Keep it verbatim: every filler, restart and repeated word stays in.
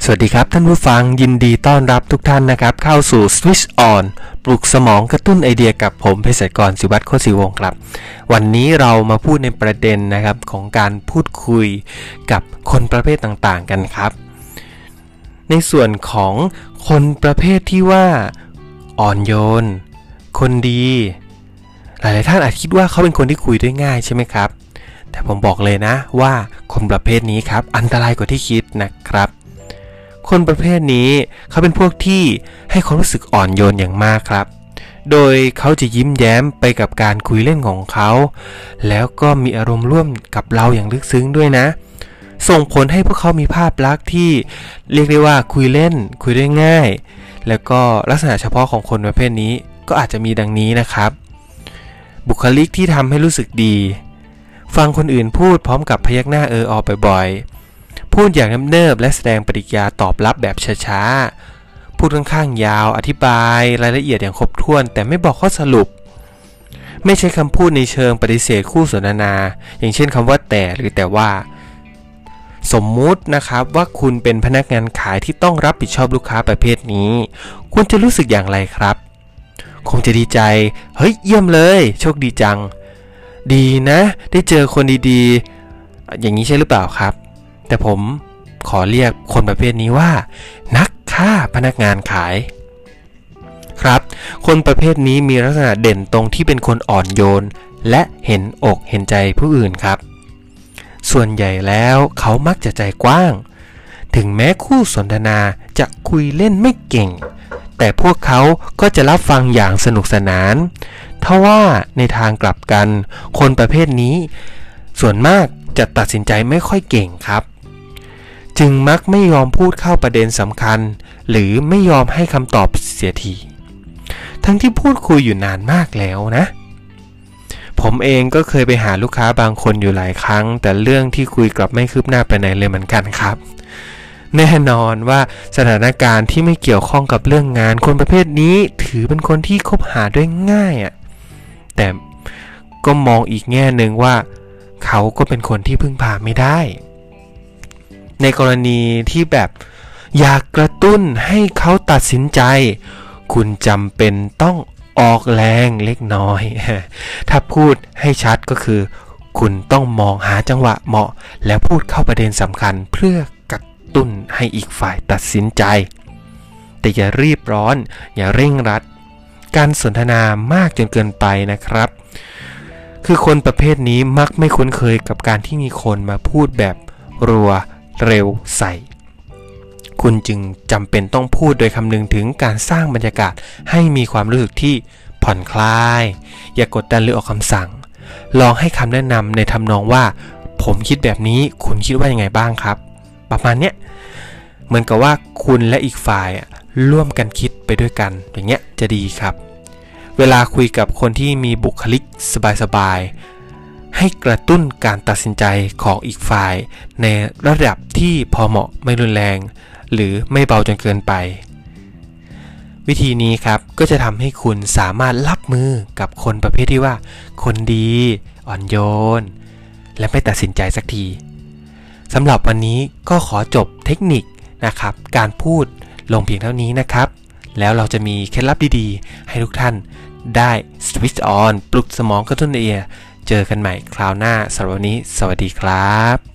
สวัสดีครับท่านผู้ฟังยินดีต้อนรับทุกท่านนะครับเข้าสู่ Switch On ปลุกสมองกระตุ้นไอเดียกับผมเภสัชกรศิวัตรโคศิวงศ์ครับวันนี้เรามาพูดในประเด็นนะครับของการพูดคุยกับคนประเภทต่างๆกันครับในส่วนของคนประเภทที่ว่าอ่อนโยนคนดีหลายๆท่านอาจคิดว่าเขาเป็นคนที่คุยได้ง่ายใช่ไหมครับแต่ผมบอกเลยนะว่าคนประเภทนี้ครับอันตรายกว่าที่คิดนะครับคนประเภทนี้เขาเป็นพวกที่ให้ความรู้สึกอ่อนโยนอย่างมากครับโดยเขาจะยิ้มแย้มไปกับการคุยเล่นของเขาแล้วก็มีอารมณ์ร่วมกับเราอย่างลึกซึ้งด้วยนะส่งผลให้พวกเขามีภาพลักษณ์ที่เรียกได้ว่าคุยเล่นคุยได้ง่ายแล้วก็ลักษณะเฉพาะของคนประเภทนี้ก็อาจจะมีดังนี้นะครับบุคลิกที่ทำให้รู้สึกดีฟังคนอื่นพูดพร้อมกับพยักหน้าเอออบ่อยๆพูดอย่างเนิบๆและแสดงปฏิกิริยาตอบรับแบบช้าๆพูดค่อนข้างยาวอธิบายรายละเอียดอย่างครบถ้วนแต่ไม่บอกข้อสรุปไม่ใช้คำพูดในเชิงปฏิเสธคู่สนทนาอย่างเช่นคำว่าแต่หรือแต่ว่าสมมุตินะครับว่าคุณเป็นพนักงานขายที่ต้องรับผิดชอบลูกค้าประเภทนี้คุณจะรู้สึกอย่างไรครับคงจะดีใจเฮ้ยเยี่ยมเลยโชคดีจังดีนะได้เจอคนดีๆอย่างนี้ใช่หรือเปล่าครับแต่ผมขอเรียกคนประเภทนี้ว่านักฆ่าพนักงานขายครับคนประเภทนี้มีลักษณะเด่นตรงที่เป็นคนอ่อนโยนและเห็นอกเห็นใจผู้อื่นครับส่วนใหญ่แล้วเขามักจะใจกว้างถึงแม้คู่สนทนาจะคุยเล่นไม่เก่งแต่พวกเขาก็จะรับฟังอย่างสนุกสนานทว่าในทางกลับกันคนประเภทนี้ส่วนมากจะตัดสินใจไม่ค่อยเก่งครับจึงมักไม่ยอมพูดเข้าประเด็นสำคัญหรือไม่ยอมให้คำตอบเสียทีทั้งที่พูดคุยอยู่นานมากแล้วนะผมเองก็เคยไปหาลูกค้าบางคนอยู่หลายครั้งแต่เรื่องที่คุยกลับไม่คืบหน้าไปไหนเลยเหมือนกันครับแน่นอนว่าสถานการณ์ที่ไม่เกี่ยวข้องกับเรื่องงานคนประเภทนี้ถือเป็นคนที่คบหาด้วยง่ายอ่ะแต่ก็มองอีกแง่หนึ่งว่าเขาก็เป็นคนที่พึ่งพาไม่ได้ในกรณีที่แบบอยากกระตุ้นให้เขาตัดสินใจคุณจำเป็นต้องออกแรงเล็กน้อยถ้าพูดให้ชัดก็คือคุณต้องมองหาจังหวะเหมาะแล้วพูดเข้าประเด็นสำคัญเพื่อกระตุ้นให้อีกฝ่ายตัดสินใจแต่อย่ารีบร้อนอย่าเร่งรัดการสนทนามากจนเกินไปนะครับคือคนประเภทนี้มักไม่คุ้นเคยกับการที่มีคนมาพูดแบบรัวเร็วใส่คุณจึงจำเป็นต้องพูดโดยคำนึงถึงการสร้างบรรยากาศให้มีความรู้สึกที่ผ่อนคลายอย่ากดดันหรือออกคำสั่งลองให้คำแนะนำในทำนองว่าผมคิดแบบนี้คุณคิดว่ายังไงบ้างครับประมาณเนี้ยเหมือนกับว่าคุณและอีกฝ่ายร่วมกันคิดไปด้วยกันอย่างเงี้ยจะดีครับเวลาคุยกับคนที่มีบุคลิกสบายๆให้กระตุ้นการตัดสินใจของอีกฝ่ายในระดับที่พอเหมาะไม่รุนแรงหรือไม่เบาจนเกินไปวิธีนี้ครับก็จะทำให้คุณสามารถรับมือกับคนประเภทที่ว่าคนดีอ่อนโยนและไม่ตัดสินใจสักทีสำหรับวันนี้ก็ขอจบเทคนิคนะครับการพูดลงเพียงเท่านี้นะครับแล้วเราจะมีเคล็ดลับดีๆให้ทุกท่านได้ Switch On ปลุกสมองกระตุ้นไอเดียเจอกันใหม่คราวหน้าสำหรับวันนี้สวัสดีครับ